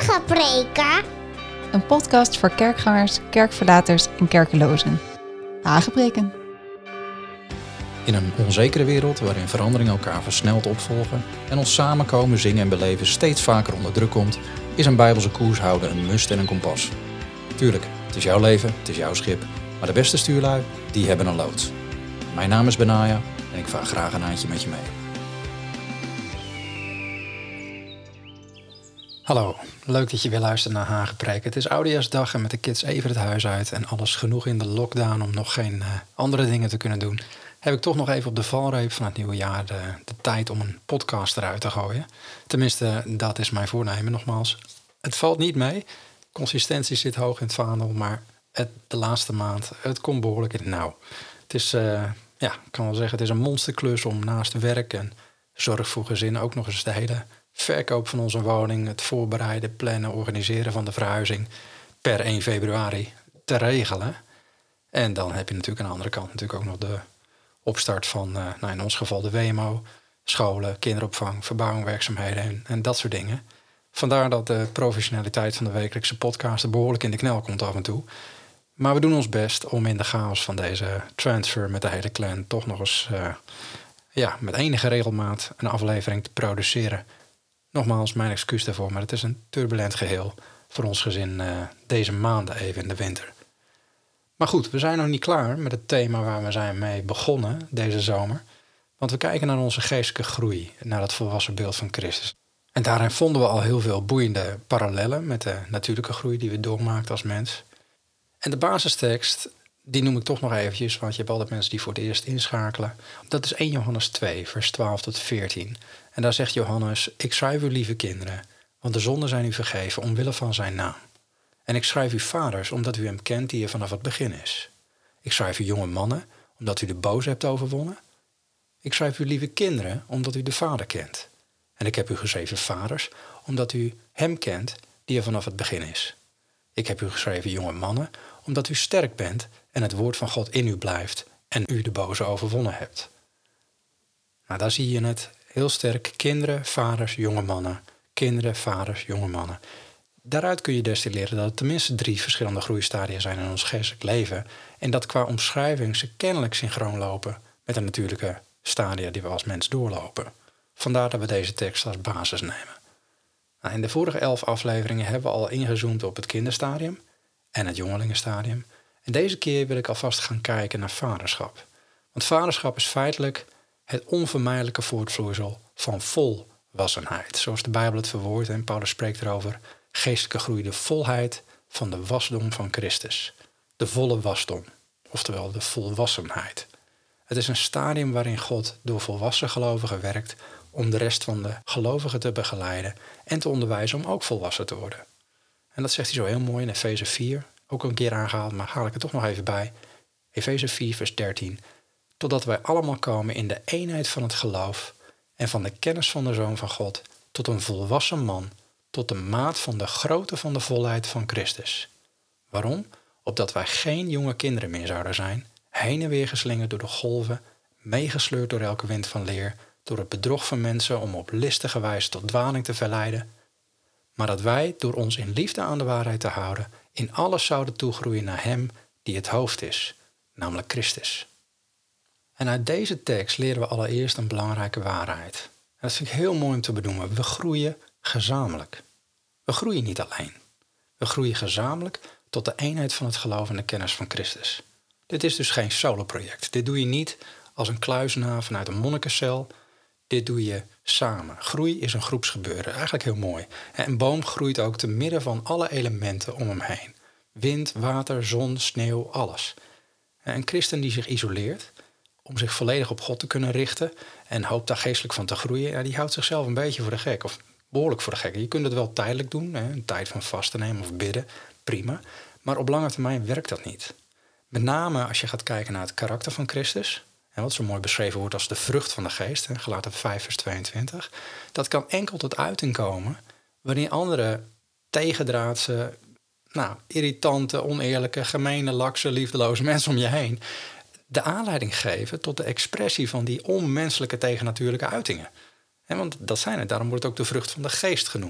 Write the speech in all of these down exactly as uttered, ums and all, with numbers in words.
Hagepreken. Een podcast voor kerkgangers, kerkverlaters en kerkelozen. Hagepreken. In een onzekere wereld waarin veranderingen elkaar versneld opvolgen en ons samenkomen, zingen en beleven steeds vaker onder druk komt, is een bijbelse koers houden een must en een kompas. Tuurlijk, het is jouw leven, het is jouw schip, maar de beste stuurlui, die hebben een loods. Mijn naam is Benaya en ik vaar graag een eindje met je mee. Hallo, leuk dat je weer luistert naar Hagepreken. Het is Oudejaarsdag en met de kids even het huis uit en alles genoeg in de lockdown om nog geen uh, andere dingen te kunnen doen. Heb ik toch nog even op de valreep van het nieuwe jaar de, de tijd om een podcast eruit te gooien. Tenminste, dat is mijn voornemen nogmaals. Het valt niet mee. Consistentie zit hoog in het vaandel, maar het, de laatste maand, het komt behoorlijk in het nauw. Het is, uh, ja, ik kan wel zeggen, het is een monsterklus om naast werk en zorg voor gezinnen ook nog eens de hele verkoop van onze woning, het voorbereiden, plannen, organiseren van de verhuizing per één februari te regelen. En dan heb je natuurlijk aan de andere kant natuurlijk ook nog de opstart van, uh, nou in ons geval de W M O, scholen, kinderopvang, verbouwingwerkzaamheden en, en dat soort dingen. Vandaar dat de professionaliteit van de wekelijkse podcast er behoorlijk in de knel komt af en toe. Maar we doen ons best om in de chaos van deze transfer met de hele clan toch nog eens uh, ja, met enige regelmaat een aflevering te produceren. Nogmaals, mijn excuus daarvoor, maar het is een turbulent geheel voor ons gezin uh, deze maanden even in de winter. Maar goed, we zijn nog niet klaar met het thema waar we zijn mee begonnen deze zomer. Want we kijken naar onze geestelijke groei, naar het volwassen beeld van Christus. En daarin vonden we al heel veel boeiende parallellen met de natuurlijke groei die we doormaakten als mens. En de basistekst, die noem ik toch nog eventjes, want je hebt altijd mensen die voor het eerst inschakelen. Dat is eerste Johannes twee, vers twaalf tot veertien. En daar zegt Johannes: ik schrijf u, lieve kinderen, want de zonden zijn u vergeven omwille van zijn naam. En ik schrijf u vaders, omdat u hem kent die er vanaf het begin is. Ik schrijf u jonge mannen, omdat u de boze hebt overwonnen. Ik schrijf u lieve kinderen, omdat u de Vader kent. En ik heb u geschreven vaders, omdat u hem kent die er vanaf het begin is. Ik heb u geschreven jonge mannen, omdat u sterk bent en het woord van God in u blijft en u de boze overwonnen hebt. Nou, daar zie je het heel sterk. Kinderen, vaders, jonge mannen. Kinderen, vaders, jonge mannen. Daaruit kun je destilleren dat er tenminste drie verschillende groeistadia zijn in ons geestelijk leven. En dat qua omschrijving ze kennelijk synchroon lopen met de natuurlijke stadia die we als mens doorlopen. Vandaar dat we deze tekst als basis nemen. Nou, in de vorige elf afleveringen hebben we al ingezoomd op het kinderstadium en het jongelingenstadium. En deze keer wil ik alvast gaan kijken naar vaderschap. Want vaderschap is feitelijk het onvermijdelijke voortvloeisel van volwassenheid. Zoals de Bijbel het verwoordt en Paulus spreekt erover. Geestelijke groei, de volheid van de wasdom van Christus. De volle wasdom, oftewel de volwassenheid. Het is een stadium waarin God door volwassen gelovigen werkt om de rest van de gelovigen te begeleiden en te onderwijzen om ook volwassen te worden. En dat zegt hij zo heel mooi in Efeze vier, ook een keer aangehaald, maar haal ik er toch nog even bij. Efeze vier, vers dertien. Totdat wij allemaal komen in de eenheid van het geloof en van de kennis van de Zoon van God, tot een volwassen man, tot de maat van de grootte van de volheid van Christus. Waarom? Opdat wij geen jonge kinderen meer zouden zijn, heen en weer geslingerd door de golven, meegesleurd door elke wind van leer, door het bedrog van mensen om op listige wijze tot dwaling te verleiden, maar dat wij, door ons in liefde aan de waarheid te houden, in alles zouden toegroeien naar hem die het hoofd is, namelijk Christus. En uit deze tekst leren we allereerst een belangrijke waarheid. En dat vind ik heel mooi om te benoemen. We groeien gezamenlijk. We groeien niet alleen. We groeien gezamenlijk tot de eenheid van het geloof en de kennis van Christus. Dit is dus geen solo-project. Dit doe je niet als een kluizenaar vanuit een monnikencel. Dit doe je samen. Groei is een groepsgebeuren. Eigenlijk heel mooi. Een boom groeit ook te midden van alle elementen om hem heen. Wind, water, zon, sneeuw, alles. Een christen die zich isoleert om zich volledig op God te kunnen richten en hoopt daar geestelijk van te groeien, ja, die houdt zichzelf een beetje voor de gek. Of behoorlijk voor de gek. Je kunt het wel tijdelijk doen, hè, een tijd van vasten nemen of bidden, prima. Maar op lange termijn werkt dat niet. Met name als je gaat kijken naar het karakter van Christus, hè, wat zo mooi beschreven wordt als de vrucht van de geest, hè, Galaten vijf vers tweeëntwintig, dat kan enkel tot uiting komen wanneer andere tegendraadse, nou, irritante, oneerlijke, gemene, lakse, liefdeloze mensen om je heen de aanleiding geven tot de expressie van die onmenselijke tegennatuurlijke uitingen. En want dat zijn het, daarom wordt het ook de vrucht van de geest genoemd.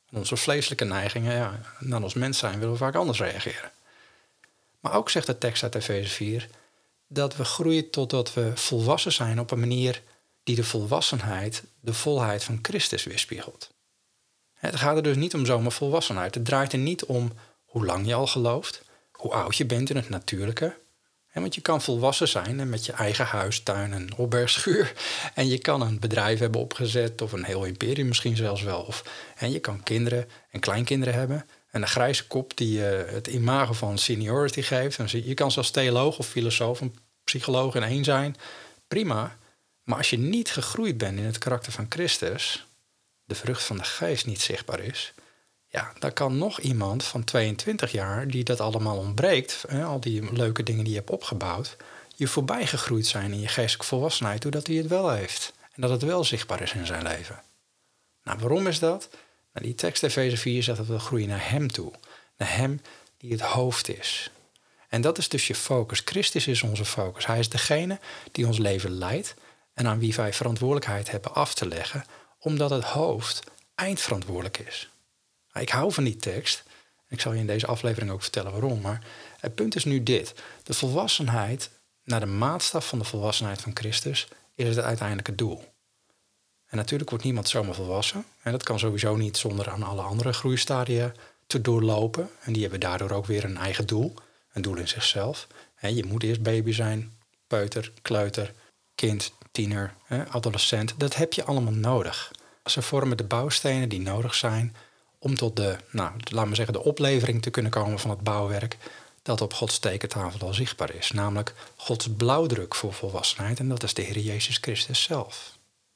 Onze vleeselijke neigingen, ja, naar ons mens zijn, willen we vaak anders reageren. Maar ook zegt de tekst uit Efeze vier dat we groeien totdat we volwassen zijn op een manier die de volwassenheid, de volheid van Christus weerspiegelt. Het gaat er dus niet om zomaar volwassenheid. Het draait er niet om hoe lang je al gelooft, hoe oud je bent in het natuurlijke. Want je kan volwassen zijn en met je eigen huis, tuin en opbergschuur. En je kan een bedrijf hebben opgezet of een heel imperium misschien zelfs wel. Of, en je kan kinderen en kleinkinderen hebben. En een grijze kop die je het imago van seniority geeft. En je kan zelfs theoloog of filosoof of psycholoog in één zijn. Prima. Maar als je niet gegroeid bent in het karakter van Christus, de vrucht van de geest niet zichtbaar is, ja, dan kan nog iemand van tweeëntwintig jaar die dat allemaal ontbreekt, hè, al die leuke dingen die je hebt opgebouwd, je voorbij gegroeid zijn in je geestelijke volwassenheid, doordat hij het wel heeft. En dat het wel zichtbaar is in zijn leven. Nou, waarom is dat? Nou, die tekst Efeze vier zegt dat we groeien naar hem toe. Naar hem die het hoofd is. En dat is dus je focus. Christus is onze focus. Hij is degene die ons leven leidt en aan wie wij verantwoordelijkheid hebben af te leggen, omdat het hoofd eindverantwoordelijk is. Ik hou van die tekst. Ik zal je in deze aflevering ook vertellen waarom. Maar het punt is nu dit. De volwassenheid, naar de maatstaf van de volwassenheid van Christus, is het uiteindelijke doel. En natuurlijk wordt niemand zomaar volwassen. En dat kan sowieso niet zonder aan alle andere groeistadia te doorlopen. En die hebben daardoor ook weer een eigen doel. Een doel in zichzelf. En je moet eerst baby zijn, peuter, kleuter, kind, tiener, adolescent. Dat heb je allemaal nodig. Ze vormen de bouwstenen die nodig zijn om tot de, nou, laten we zeggen, de oplevering te kunnen komen van het bouwwerk dat op Gods tekentafel al zichtbaar is. Namelijk Gods blauwdruk voor volwassenheid en dat is de Heer Jezus Christus zelf.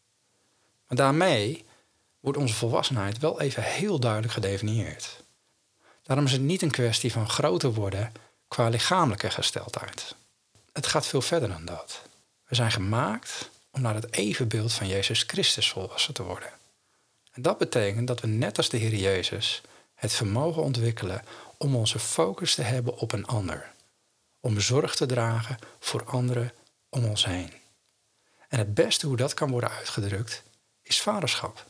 Maar daarmee wordt onze volwassenheid wel even heel duidelijk gedefinieerd. Daarom is het niet een kwestie van groter worden qua lichamelijke gesteldheid. Het gaat veel verder dan dat. We zijn gemaakt om naar het evenbeeld van Jezus Christus volwassen te worden. En dat betekent dat we net als de Heer Jezus het vermogen ontwikkelen om onze focus te hebben op een ander. Om zorg te dragen voor anderen om ons heen. En het beste hoe dat kan worden uitgedrukt is vaderschap.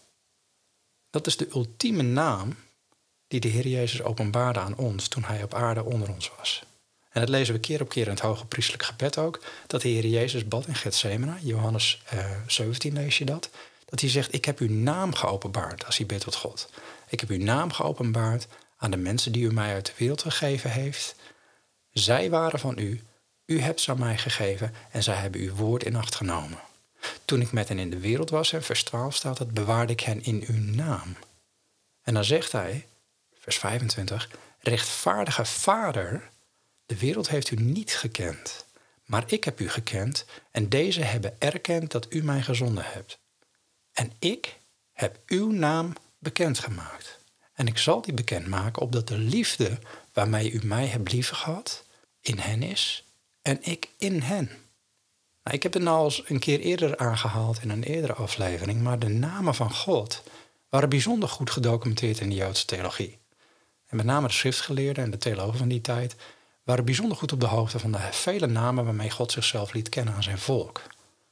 Dat is de ultieme naam die de Heer Jezus openbaarde aan ons toen hij op aarde onder ons was. En dat lezen we keer op keer in het hoge priestelijk gebed ook. Dat de Heer Jezus bad in Getsemane, Johannes uh, zeventien lees je dat. Dat hij zegt, ik heb uw naam geopenbaard als hij bidt tot God. Ik heb uw naam geopenbaard aan de mensen die u mij uit de wereld gegeven heeft. Zij waren van u, u hebt ze aan mij gegeven en zij hebben uw woord in acht genomen. Toen ik met hen in de wereld was, en vers twaalf staat het, bewaarde ik hen in uw naam. En dan zegt hij, vers vijfentwintig, rechtvaardige Vader, de wereld heeft u niet gekend, maar ik heb u gekend en deze hebben erkend dat u mij gezonden hebt. En ik heb uw naam bekendgemaakt. En ik zal die bekendmaken opdat de liefde waarmee u mij hebt liefgehad in hen is en ik in hen. Nou, ik heb het nou al eens een keer eerder aangehaald in een eerdere aflevering, maar de namen van God waren bijzonder goed gedocumenteerd in de Joodse theologie. En met name de schriftgeleerden en de theologen van die tijd waren bijzonder goed op de hoogte van de vele namen waarmee God zichzelf liet kennen aan zijn volk.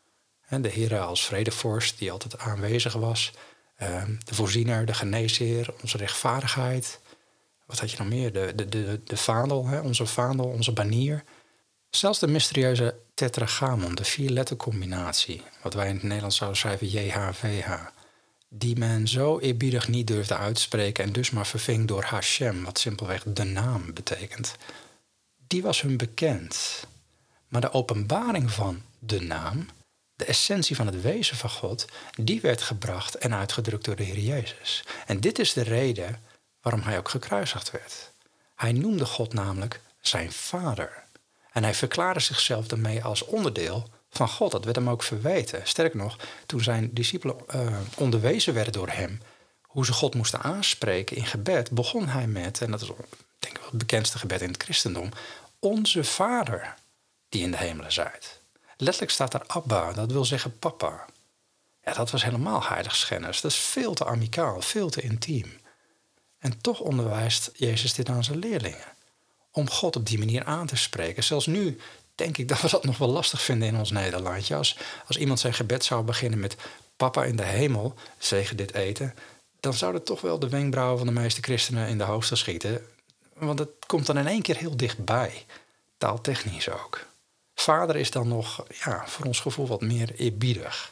De Heer als vredevorst die altijd aanwezig was. De voorziener, de geneesheer, onze rechtvaardigheid. Wat had je nog meer? De, de, de, de vaandel, onze vaandel, onze banier. Zelfs de mysterieuze tetragramon, de vierlettercombinatie. Wat wij in het Nederlands zouden schrijven J H V H. Die men zo eerbiedig niet durfde uitspreken en dus maar verving door Hashem, wat simpelweg de naam betekent. Die was hun bekend. Maar de openbaring van de naam, de essentie van het wezen van God, die werd gebracht en uitgedrukt door de Heer Jezus. En dit is de reden waarom hij ook gekruisigd werd. Hij noemde God namelijk zijn Vader. En hij verklaarde zichzelf daarmee als onderdeel van God. Dat werd hem ook verweten. Sterker nog, toen zijn discipelen uh, onderwezen werden door hem hoe ze God moesten aanspreken in gebed, begon hij met, en dat is denk ik wel het bekendste gebed in het christendom, onze Vader die in de hemelen zijt. Letterlijk staat daar Abba, dat wil zeggen papa. Ja, dat was helemaal heiligschennis. Dat is veel te amicaal, veel te intiem. En toch onderwijst Jezus dit aan zijn leerlingen. Om God op die manier aan te spreken. Zelfs nu denk ik dat we dat nog wel lastig vinden in ons Nederlandje. Als, als iemand zijn gebed zou beginnen met papa in de hemel, zegen dit eten, dan zouden toch wel de wenkbrauwen van de meeste christenen in de hoogte schieten. Want het komt dan in één keer heel dichtbij. Taaltechnisch ook. Vader is dan nog, ja, voor ons gevoel wat meer eerbiedig.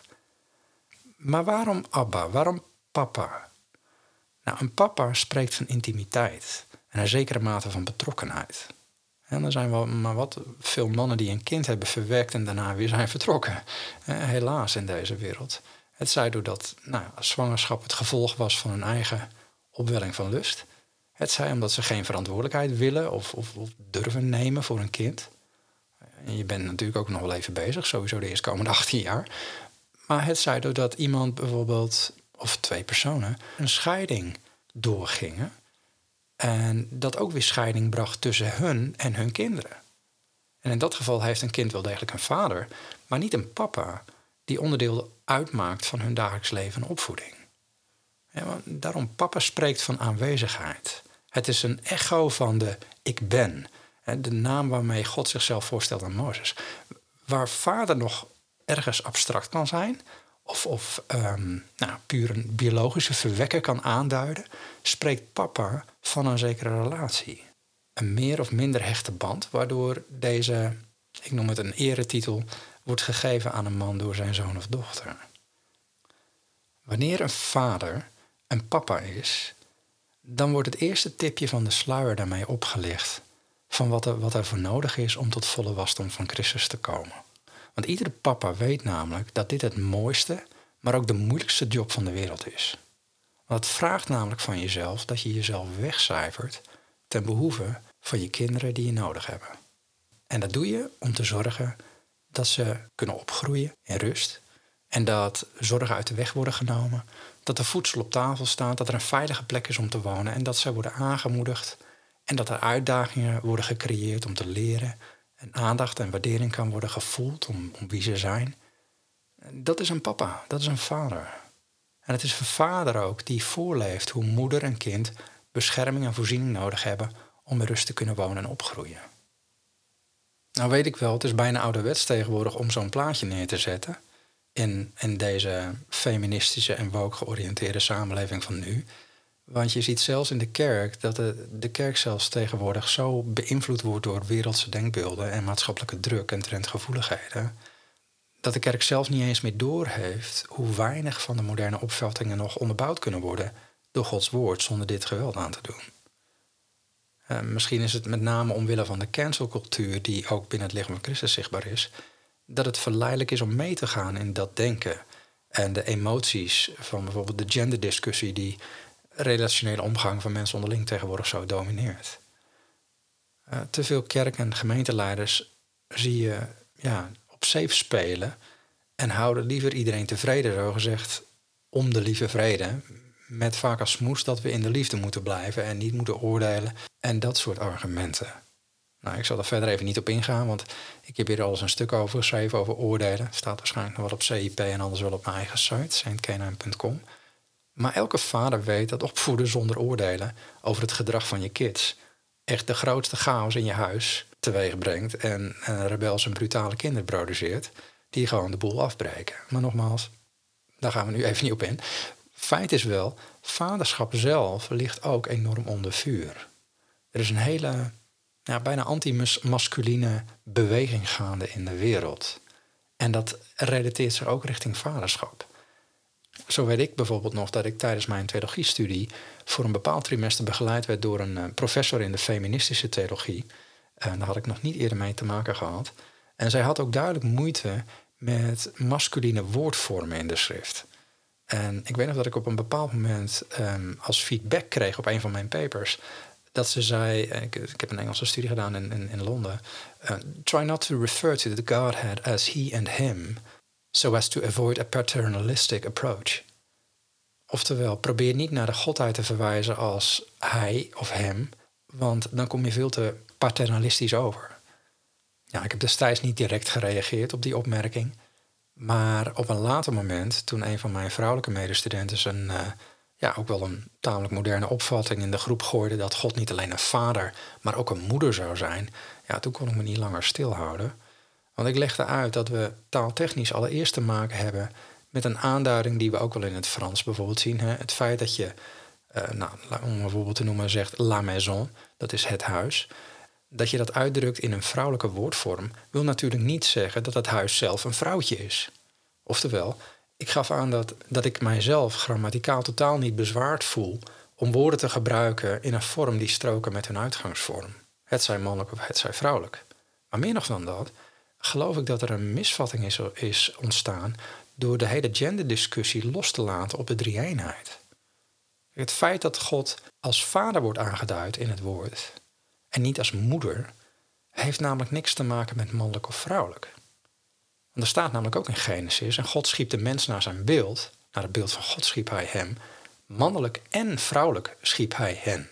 Maar waarom Abba? Waarom papa? Nou, een papa spreekt van intimiteit en een zekere mate van betrokkenheid. En er zijn wel maar wat veel mannen die een kind hebben verwekt en daarna weer zijn vertrokken. Helaas in deze wereld. Het zij doordat nou, zwangerschap het gevolg was van hun eigen opwelling van lust. Het zij omdat ze geen verantwoordelijkheid willen of, of, of durven nemen voor een kind. En je bent natuurlijk ook nog wel even bezig, sowieso de eerstkomende achttien jaar. Maar het zij doordat iemand bijvoorbeeld, of twee personen, een scheiding doorgingen. En dat ook weer scheiding bracht tussen hun en hun kinderen. En in dat geval heeft een kind wel degelijk een vader, maar niet een papa die onderdeel uitmaakt van hun dagelijks leven en opvoeding. Ja, maar daarom, papa spreekt van aanwezigheid. Het is een echo van de ik ben. De naam waarmee God zichzelf voorstelt aan Mozes. Waar vader nog ergens abstract kan zijn, of, of um, nou, puur een biologische verwekker kan aanduiden, spreekt papa van een zekere relatie. Een meer of minder hechte band, waardoor deze, ik noem het een eretitel, wordt gegeven aan een man door zijn zoon of dochter. Wanneer een vader een papa is, dan wordt het eerste tipje van de sluier daarmee opgelicht van wat er, wat er voor nodig is om tot volle wasdom van Christus te komen. Want iedere papa weet namelijk dat dit het mooiste, maar ook de moeilijkste job van de wereld is. Want het vraagt namelijk van jezelf dat je jezelf wegcijfert ten behoeve van je kinderen die je nodig hebben. En dat doe je om te zorgen dat ze kunnen opgroeien in rust. En dat zorgen uit de weg worden genomen. Dat er voedsel op tafel staat, dat er een veilige plek is om te wonen. En dat ze worden aangemoedigd. En dat er uitdagingen worden gecreëerd om te leren. En aandacht en waardering kan worden gevoeld om, om wie ze zijn. Dat is een papa, dat is een vader. En het is een vader ook die voorleeft hoe moeder en kind bescherming en voorziening nodig hebben om in rust te kunnen wonen en opgroeien. Nou weet ik wel, het is bijna ouderwets tegenwoordig om zo'n plaatje neer te zetten in, in deze feministische en woke georiënteerde samenleving van nu. Want je ziet zelfs in de kerk dat de, de kerk zelfs tegenwoordig zo beïnvloed wordt door wereldse denkbeelden en maatschappelijke druk en trendgevoeligheden, dat de kerk zelfs niet eens meer doorheeft hoe weinig van de moderne opvattingen nog onderbouwd kunnen worden door Gods woord zonder dit geweld aan te doen. Uh, misschien is het met name omwille van de cancelcultuur die ook binnen het lichaam van Christus zichtbaar is, dat het verleidelijk is om mee te gaan in dat denken en de emoties van bijvoorbeeld de genderdiscussie die relationele omgang van mensen onderling tegenwoordig zo domineert. Uh, te veel kerk- en gemeenteleiders zie je ja, op safe spelen en houden liever iedereen tevreden, zo gezegd, om de lieve vrede, met vaak als smoes dat we in de liefde moeten blijven en niet moeten oordelen en dat soort argumenten. Nou, ik zal daar verder even niet op ingaan, want ik heb hier al eens een stuk over geschreven over oordelen. Het staat waarschijnlijk nog wel op C I P en anders wel op mijn eigen site, saint canine punt com. Maar elke vader weet dat opvoeden zonder oordelen over het gedrag van je kids echt de grootste chaos in je huis teweeg brengt en een rebels en brutale kinderen produceert die gewoon de boel afbreken. Maar nogmaals, daar gaan we nu even niet op in. Feit is wel, vaderschap zelf ligt ook enorm onder vuur. Er is een hele, ja, bijna anti-masculine beweging gaande in de wereld. En dat relateert zich ook richting vaderschap. Zo weet ik bijvoorbeeld nog dat ik tijdens mijn theologiestudie voor een bepaald trimester begeleid werd door een uh, professor in de feministische theologie. En daar had ik nog niet eerder mee te maken gehad. En zij had ook duidelijk moeite met masculine woordvormen in de schrift. En ik weet nog dat ik op een bepaald moment um, als feedback kreeg op een van mijn papers, dat ze zei, ik, ik heb een Engelse studie gedaan in, in, in Londen, uh, try not to refer to the Godhead as he and him, so as to avoid a paternalistic approach. Oftewel, probeer niet naar de godheid te verwijzen als hij of hem, want dan kom je veel te paternalistisch over. Ja, ik heb destijds niet direct gereageerd op die opmerking, maar op een later moment, toen een van mijn vrouwelijke medestudenten een, uh, ja, ook wel een tamelijk moderne opvatting in de groep gooide dat God niet alleen een vader, maar ook een moeder zou zijn, ja, toen kon ik me niet langer stilhouden. Want ik legde uit dat we taaltechnisch allereerst te maken hebben met een aanduiding die we ook wel in het Frans bijvoorbeeld zien. Hè? Het feit dat je, uh, nou, om een voorbeeld te noemen, zegt la maison, dat is het huis. Dat je dat uitdrukt in een vrouwelijke woordvorm wil natuurlijk niet zeggen dat het huis zelf een vrouwtje is. Oftewel, ik gaf aan dat, dat ik mijzelf grammaticaal totaal niet bezwaard voel om woorden te gebruiken in een vorm die stroken met hun uitgangsvorm. Het zij mannelijk of het zij vrouwelijk. Maar meer nog dan dat, geloof ik dat er een misvatting is, is ontstaan door de hele genderdiscussie los te laten op de drie-eenheid. Het feit dat God als vader wordt aangeduid in het woord en niet als moeder, heeft namelijk niks te maken met mannelijk of vrouwelijk. Want er staat namelijk ook in Genesis, en God schiep de mens naar zijn beeld, naar het beeld van God schiep hij hem, mannelijk en vrouwelijk schiep hij hen.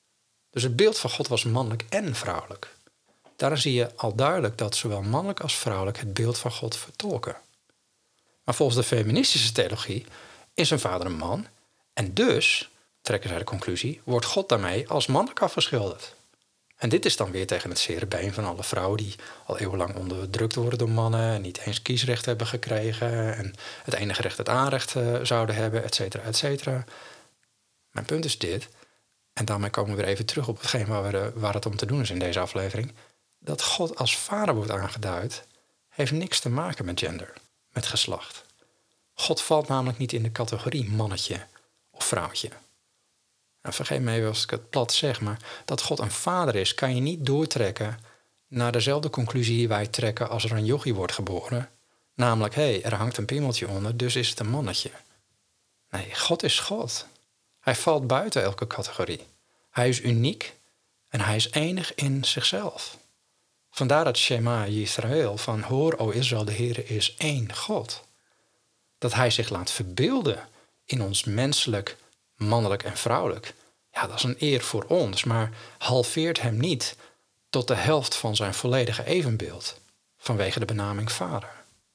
Dus het beeld van God was mannelijk en vrouwelijk. Daarin zie je al duidelijk dat zowel mannelijk als vrouwelijk het beeld van God vertolken. Maar volgens de feministische theologie is een vader een man en dus, trekken zij de conclusie, wordt God daarmee als mannelijk afgeschilderd. En dit is dan weer tegen het zere been van alle vrouwen die al eeuwenlang onderdrukt worden door mannen en niet eens kiesrecht hebben gekregen en het enige recht het aanrecht uh, zouden hebben, et cetera, et cetera. Mijn punt is dit, en daarmee komen we weer even terug op hetgeen waar, we, waar het om te doen is in deze aflevering, dat God als vader wordt aangeduid, heeft niks te maken met gender, met geslacht. God valt namelijk niet in de categorie mannetje of vrouwtje. Nou, vergeet me even als ik het plat zeg, maar dat God een vader is, kan je niet doortrekken naar dezelfde conclusie die wij trekken als er een jochie wordt geboren. Namelijk, hé, hey, er hangt een piemeltje onder, dus is het een mannetje. Nee, God is God. Hij valt buiten elke categorie. Hij is uniek en hij is enig in zichzelf. Vandaar het Shema Yisrael van hoor, o Israël, de Heere is één God. Dat hij zich laat verbeelden in ons menselijk, mannelijk en vrouwelijk. Ja, dat is een eer voor ons, maar halveert hem niet tot de helft van zijn volledige evenbeeld, vanwege de benaming vader.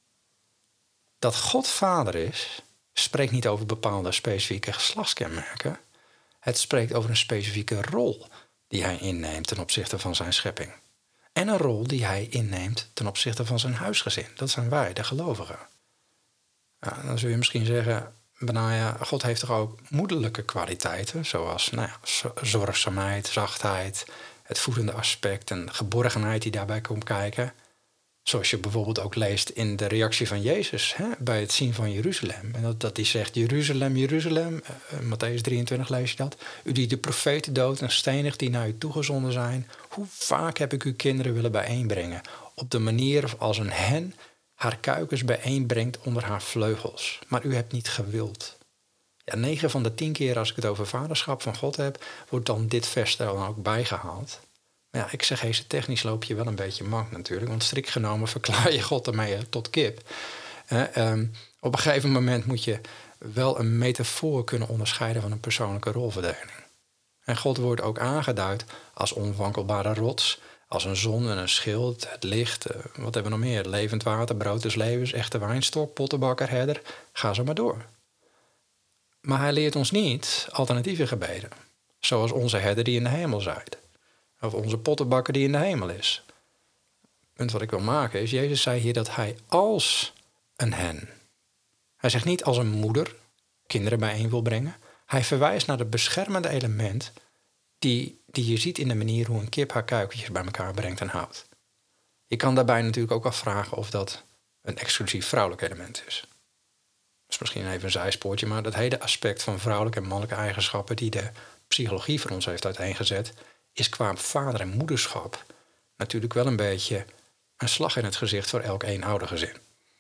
Dat God vader is, spreekt niet over bepaalde specifieke geslachtskenmerken. Het spreekt over een specifieke rol die hij inneemt ten opzichte van zijn schepping. En een rol die hij inneemt ten opzichte van zijn huisgezin. Dat zijn wij, de gelovigen. Nou, dan zul je misschien zeggen, Benaya, God heeft toch ook moederlijke kwaliteiten, zoals nou ja, zorgzaamheid, zachtheid, het voedende aspect en geborgenheid die daarbij komt kijken. Zoals je bijvoorbeeld ook leest in de reactie van Jezus hè, bij het zien van Jeruzalem. En dat, dat hij zegt, Jeruzalem, Jeruzalem, uh, Matthäus drieëntwintig lees je dat. U die de profeten doodt en stenigt die naar u toegezonden zijn. Hoe vaak heb ik uw kinderen willen bijeenbrengen? Op de manier als een hen haar kuikens bijeenbrengt onder haar vleugels. Maar u hebt niet gewild. Ja, negen van de tien keer als ik het over vaderschap van God heb, wordt dan dit vers er dan ook bijgehaald. Maar ja, exegese technisch loop je wel een beetje mank natuurlijk. Want strikt genomen verklaar je God ermee tot kip. Eh, um, op een gegeven moment moet je wel een metafoor kunnen onderscheiden van een persoonlijke rolverdeling. En God wordt ook aangeduid als onwankelbare rots, als een zon en een schild, het licht, uh, wat hebben we nog meer? Levend water, brood des levens, echte wijnstok, pottenbakker, herder. Ga zo maar door. Maar hij leert ons niet alternatieve gebeden. Zoals onze herder die in de hemel zijt. Of onze pottenbakker die in de hemel is. Het punt wat ik wil maken is, Jezus zei hier dat hij als een hen. Hij zegt niet als een moeder kinderen bijeen wil brengen. Hij verwijst naar het beschermende element die, die je ziet in de manier hoe een kip haar kuikentjes bij elkaar brengt en houdt. Je kan daarbij natuurlijk ook afvragen of dat een exclusief vrouwelijk element is. Dat is misschien even een zijspoortje, maar dat hele aspect van vrouwelijke en mannelijke eigenschappen die de psychologie voor ons heeft uiteengezet, is qua vader- en moederschap natuurlijk wel een beetje een slag in het gezicht voor elk eenoudergezin.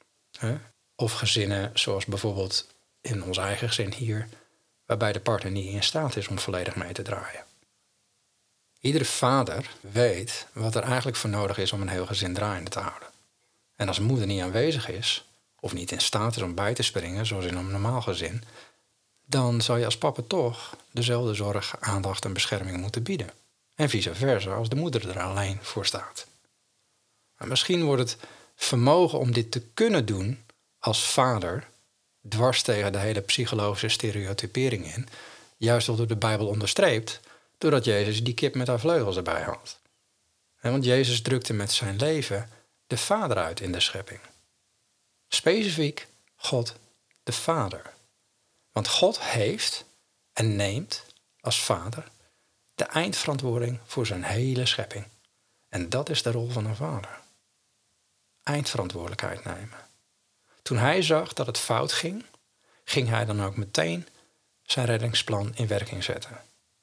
Of gezinnen zoals bijvoorbeeld in ons eigen gezin hier, waarbij de partner niet in staat is om volledig mee te draaien. Iedere vader weet wat er eigenlijk voor nodig is om een heel gezin draaiende te houden. En als moeder niet aanwezig is, of niet in staat is om bij te springen, zoals in een normaal gezin, dan zal je als papa toch dezelfde zorg, aandacht en bescherming moeten bieden. En vice versa als de moeder er alleen voor staat. Maar misschien wordt het vermogen om dit te kunnen doen als vader dwars tegen de hele psychologische stereotypering in, juist door de Bijbel onderstreept, doordat Jezus die kip met haar vleugels erbij had. En want Jezus drukte met zijn leven de Vader uit in de schepping. Specifiek God de Vader. Want God heeft en neemt als Vader de eindverantwoording voor zijn hele schepping. En dat is de rol van een vader. Eindverantwoordelijkheid nemen. Toen hij zag dat het fout ging, ging hij dan ook meteen zijn reddingsplan in werking zetten.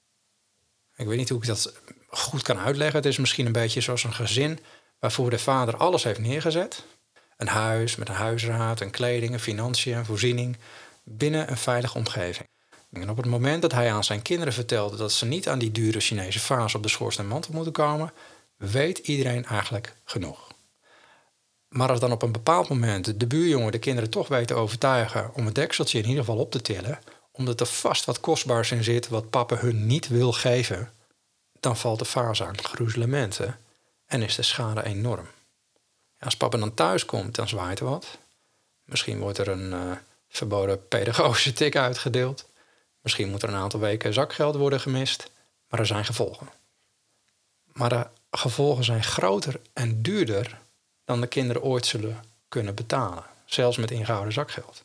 Ik weet niet hoe ik dat goed kan uitleggen. Het is misschien een beetje zoals een gezin waarvoor de vader alles heeft neergezet. Een huis met een huisraad, een kleding, een financiën, een voorziening. Binnen een veilige omgeving. En op het moment dat hij aan zijn kinderen vertelde dat ze niet aan die dure Chinese vaas op de schoorsteenmantel moeten komen, weet iedereen eigenlijk genoeg. Maar als dan op een bepaald moment de buurjongen de kinderen toch weet te overtuigen om het dekseltje in ieder geval op te tillen, omdat er vast wat kostbaars in zit wat papa hun niet wil geven, dan valt de vaas aan gruzelementen en is de schade enorm. Als papa dan thuis komt, dan zwaait er wat. Misschien wordt er een uh, verboden pedagogische tik uitgedeeld. Misschien moet er een aantal weken zakgeld worden gemist. Maar er zijn gevolgen. Maar de gevolgen zijn groter en duurder dan de kinderen ooit zullen kunnen betalen. Zelfs met ingehouden zakgeld.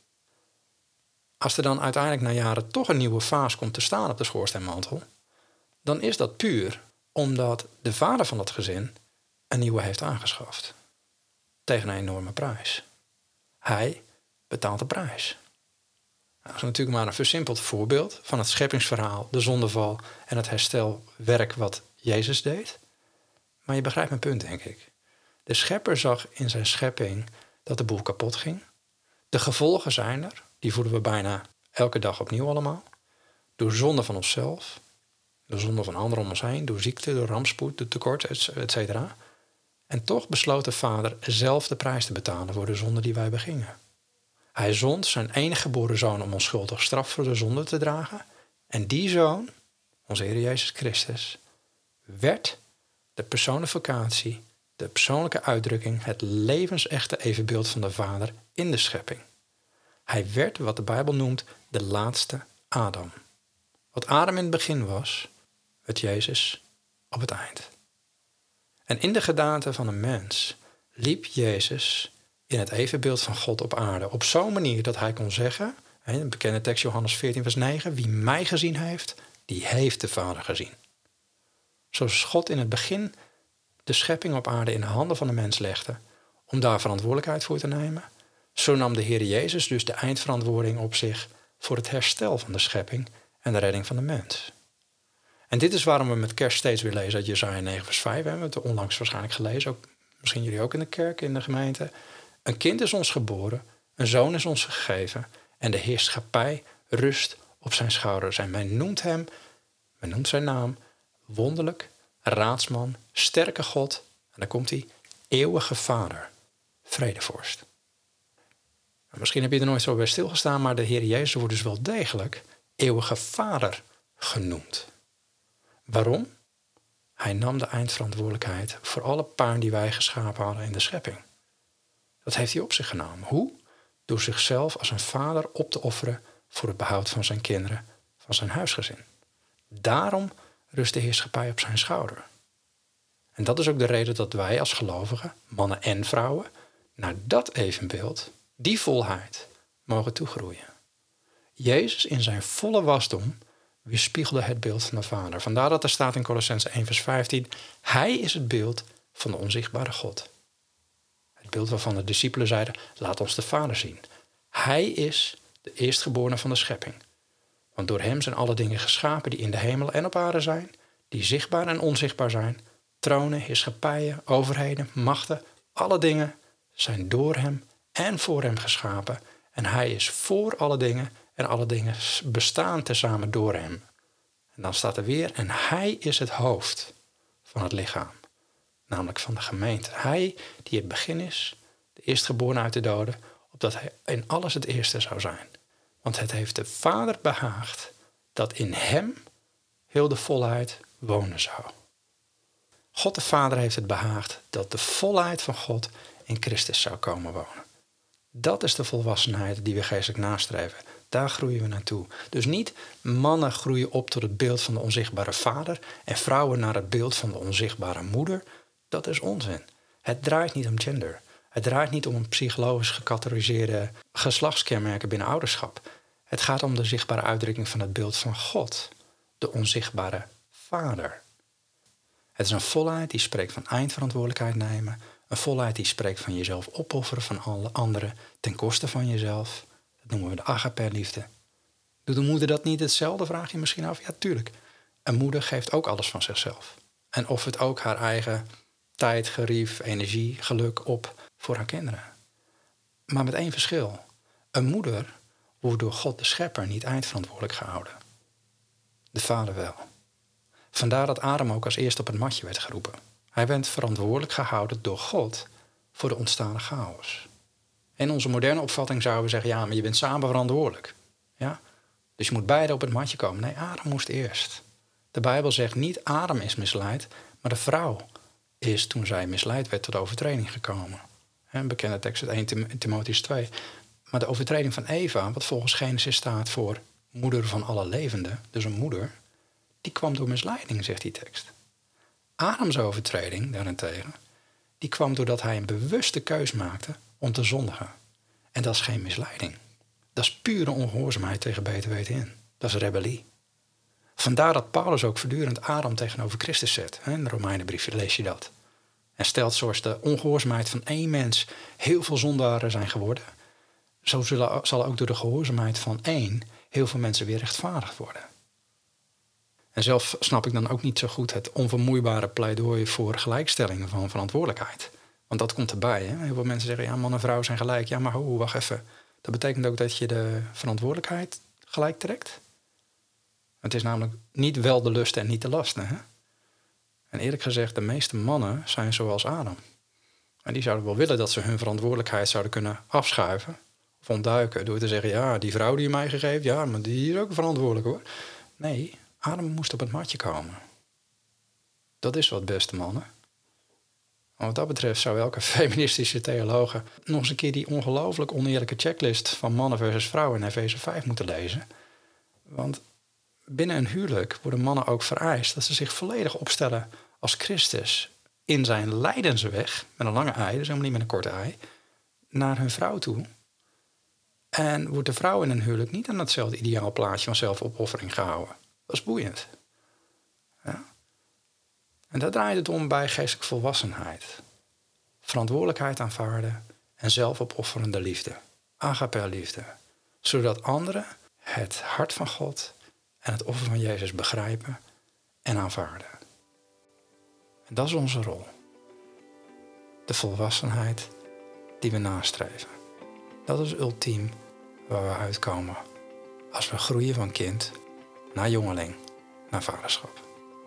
Als er dan uiteindelijk na jaren toch een nieuwe vaas komt te staan op de schoorsteenmantel, dan is dat puur omdat de vader van dat gezin een nieuwe heeft aangeschaft. Tegen een enorme prijs. Hij betaalt de prijs. Dat is natuurlijk maar een versimpeld voorbeeld van het scheppingsverhaal, de zondeval en het herstelwerk wat Jezus deed. Maar je begrijpt mijn punt, denk ik. De schepper zag in zijn schepping dat de boel kapot ging. De gevolgen zijn er, die voelen we bijna elke dag opnieuw allemaal. Door zonde van onszelf, door zonde van anderen om ons heen, door ziekte, door rampspoed, door tekort, et cetera. En toch besloot de vader zelf de prijs te betalen voor de zonde die wij begingen. Hij zond zijn enige geboren zoon om onschuldig straf voor de zonde te dragen. En die zoon, onze Heer Jezus Christus, werd de personificatie, de persoonlijke uitdrukking, het levensechte evenbeeld van de Vader in de schepping. Hij werd wat de Bijbel noemt de laatste Adam. Wat Adam in het begin was, werd Jezus op het eind. En in de gedaante van een mens liep Jezus in het evenbeeld van God op aarde. Op zo'n manier dat hij kon zeggen, een bekende tekst Johannes veertien vers negen, wie mij gezien heeft, die heeft de Vader gezien. Zoals God in het begin de schepping op aarde in de handen van de mens legde, om daar verantwoordelijkheid voor te nemen, zo nam de Heer Jezus dus de eindverantwoording op zich voor het herstel van de schepping en de redding van de mens. En dit is waarom we met kerst steeds weer lezen uit Jesaja negen vers vijf. We hebben het onlangs waarschijnlijk gelezen, ook, misschien jullie ook in de kerk, in de gemeente. Een kind is ons geboren, een zoon is ons gegeven en de heerschappij rust op zijn schouders. En men noemt hem, men noemt zijn naam, wonderlijk, raadsman, sterke God. En dan komt hij, eeuwige Vader, vredevorst. Misschien heb je er nooit zo bij stilgestaan, maar de Heer Jezus wordt dus wel degelijk eeuwige Vader genoemd. Waarom? Hij nam de eindverantwoordelijkheid voor alle puin die wij geschapen hadden in de schepping. Dat heeft hij op zich genomen. Hoe? Door zichzelf als een vader op te offeren voor het behoud van zijn kinderen, van zijn huisgezin. Daarom rust de heerschappij op zijn schouder. En dat is ook de reden dat wij als gelovigen, mannen en vrouwen, naar dat evenbeeld, die volheid, mogen toegroeien. Jezus in zijn volle wasdom weerspiegelde het beeld van de Vader. Vandaar dat er staat in Kolossenzen één vers vijftien, hij is het beeld van de onzichtbare God. Het beeld waarvan de discipelen zeiden, laat ons de Vader zien. Hij is de eerstgeborene van de schepping. Want door hem zijn alle dingen geschapen die in de hemel en op aarde zijn, die zichtbaar en onzichtbaar zijn, tronen, heerschappijen, overheden, machten, alle dingen zijn door hem en voor hem geschapen. En hij is voor alle dingen en alle dingen bestaan tezamen door hem. En dan staat er weer, en hij is het hoofd van het lichaam. Namelijk van de gemeente. Hij die het begin is, de eerstgeborene uit de doden, opdat hij in alles het eerste zou zijn. Want het heeft de Vader behaagd dat in hem heel de volheid wonen zou. God de Vader heeft het behaagd dat de volheid van God in Christus zou komen wonen. Dat is de volwassenheid die we geestelijk nastreven. Daar groeien we naartoe. Dus niet mannen groeien op tot het beeld van de onzichtbare vader en vrouwen naar het beeld van de onzichtbare moeder. Dat is onzin. Het draait niet om gender. Het draait niet om een psychologisch gecategoriseerde geslachtskenmerken binnen ouderschap. Het gaat om de zichtbare uitdrukking van het beeld van God, de onzichtbare Vader. Het is een volheid die spreekt van eindverantwoordelijkheid nemen, een volheid die spreekt van jezelf opofferen van alle anderen ten koste van jezelf. Dat noemen we de agape-liefde. Doet een moeder dat niet hetzelfde, vraag je misschien af? Ja, tuurlijk. Een moeder geeft ook alles van zichzelf. En offert ook haar eigen tijd, gerief, energie, geluk op voor haar kinderen. Maar met één verschil. Een moeder wordt door God de schepper niet eindverantwoordelijk gehouden. De vader wel. Vandaar dat Adam ook als eerste op het matje werd geroepen. Hij werd verantwoordelijk gehouden door God voor de ontstane chaos. In onze moderne opvatting zouden we zeggen, ja, maar je bent samen verantwoordelijk. Ja? Dus je moet beide op het matje komen. Nee, Adam moest eerst. De Bijbel zegt niet Adam is misleid, maar de vrouw is toen zij misleid werd tot overtreding gekomen. Een bekende tekst uit eerste Timotheüs twee. Maar de overtreding van Eva, wat volgens Genesis staat voor moeder van alle levenden, dus een moeder, die kwam door misleiding, zegt die tekst. Adams overtreding, daarentegen, die kwam doordat hij een bewuste keus maakte om te zondigen. En dat is geen misleiding. Dat is pure ongehoorzaamheid tegen beter weten in. Dat is rebellie. Vandaar dat Paulus ook voortdurend Adam tegenover Christus zet. In de Romeinenbrief lees je dat. En stelt zoals de ongehoorzaamheid van één mens heel veel zondaren zijn geworden, zo zullen, zal ook door de gehoorzaamheid van één heel veel mensen weer rechtvaardigd worden. En zelf snap ik dan ook niet zo goed het onvermoeibare pleidooi voor gelijkstelling van verantwoordelijkheid. Want dat komt erbij. Hè? Heel veel mensen zeggen, ja, man en vrouw zijn gelijk. Ja, maar ho, wacht even. Dat betekent ook dat je de verantwoordelijkheid gelijk trekt. Het is namelijk niet wel de lusten en niet de lasten. Hè? En eerlijk gezegd, de meeste mannen zijn zoals Adam. En die zouden wel willen dat ze hun verantwoordelijkheid zouden kunnen afschuiven of ontduiken door te zeggen, ja, die vrouw die je mij gegeven, ja, maar die is ook verantwoordelijk hoor. Nee, Adam moest op het matje komen. Dat is wat, beste mannen. En wat dat betreft zou elke feministische theologe nog eens een keer die ongelooflijk oneerlijke checklist van mannen versus vrouwen in Efeze vijf moeten lezen. Want binnen een huwelijk worden mannen ook vereist dat ze zich volledig opstellen als Christus in zijn lijdensweg, met een lange ei, dus helemaal niet met een korte ei, naar hun vrouw toe. En wordt de vrouw in een huwelijk niet aan hetzelfde ideaal plaatje van zelfopoffering gehouden. Dat is boeiend. Ja. En daar draait het om bij geestelijke volwassenheid. Verantwoordelijkheid aanvaarden en zelfopofferende liefde. Agape-liefde. Zodat anderen het hart van God en het offer van Jezus begrijpen en aanvaarden. En dat is onze rol. De volwassenheid die we nastreven. Dat is ultiem waar we uitkomen als we groeien van kind naar jongeling, naar vaderschap.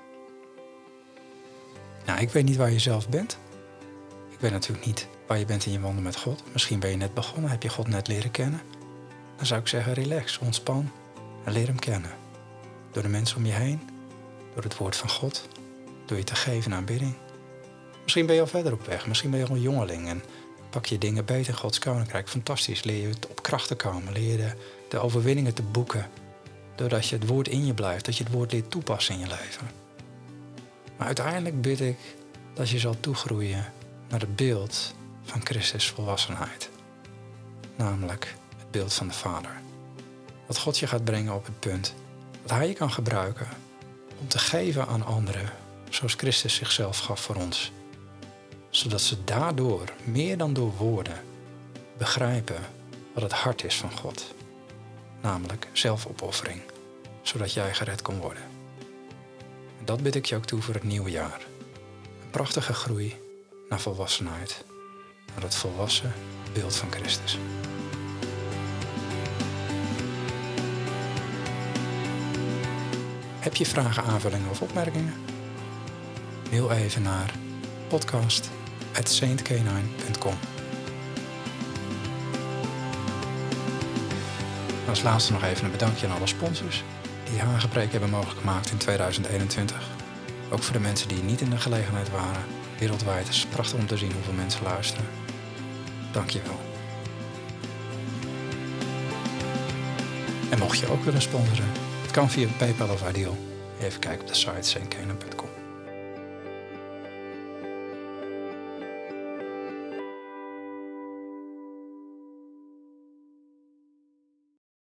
Nou, ik weet niet waar je zelf bent. Ik weet natuurlijk niet waar je bent in je wandel met God. Misschien ben je net begonnen, heb je God net leren kennen. Dan zou ik zeggen, relax, ontspan en leer hem kennen. Door de mensen om je heen, door het woord van God, door je te geven aan aanbidding. Misschien ben je al verder op weg, misschien ben je al een jongeling en pak je dingen beter in Gods koninkrijk. Fantastisch, leer je op kracht te komen, leer je de, de overwinningen te boeken. Doordat je het woord in je blijft, dat je het woord leert toepassen in je leven. Maar uiteindelijk bid ik dat je zal toegroeien naar het beeld van Christus volwassenheid. Namelijk het beeld van de Vader. Dat God je gaat brengen op het punt dat Hij je kan gebruiken om te geven aan anderen zoals Christus zichzelf gaf voor ons. Zodat ze daardoor, meer dan door woorden, begrijpen wat het hart is van God. Namelijk zelfopoffering, zodat jij gered kon worden. En dat bid ik je ook toe voor het nieuwe jaar. Een prachtige groei naar volwassenheid. Naar het volwassen beeld van Christus. Heb je vragen, aanvullingen of opmerkingen? Mail even naar podcast at saint k nine punt com. Als laatste nog even een bedankje aan alle sponsors die Hagepreek hebben mogelijk gemaakt in tweeduizend eenentwintig. Ook voor de mensen die niet in de gelegenheid waren. Wereldwijd is het prachtig om te zien hoeveel mensen luisteren. Dank je wel. En mocht je ook willen sponsoren, het kan via PayPal of Ideal. Even kijken op de site saint k nine punt com.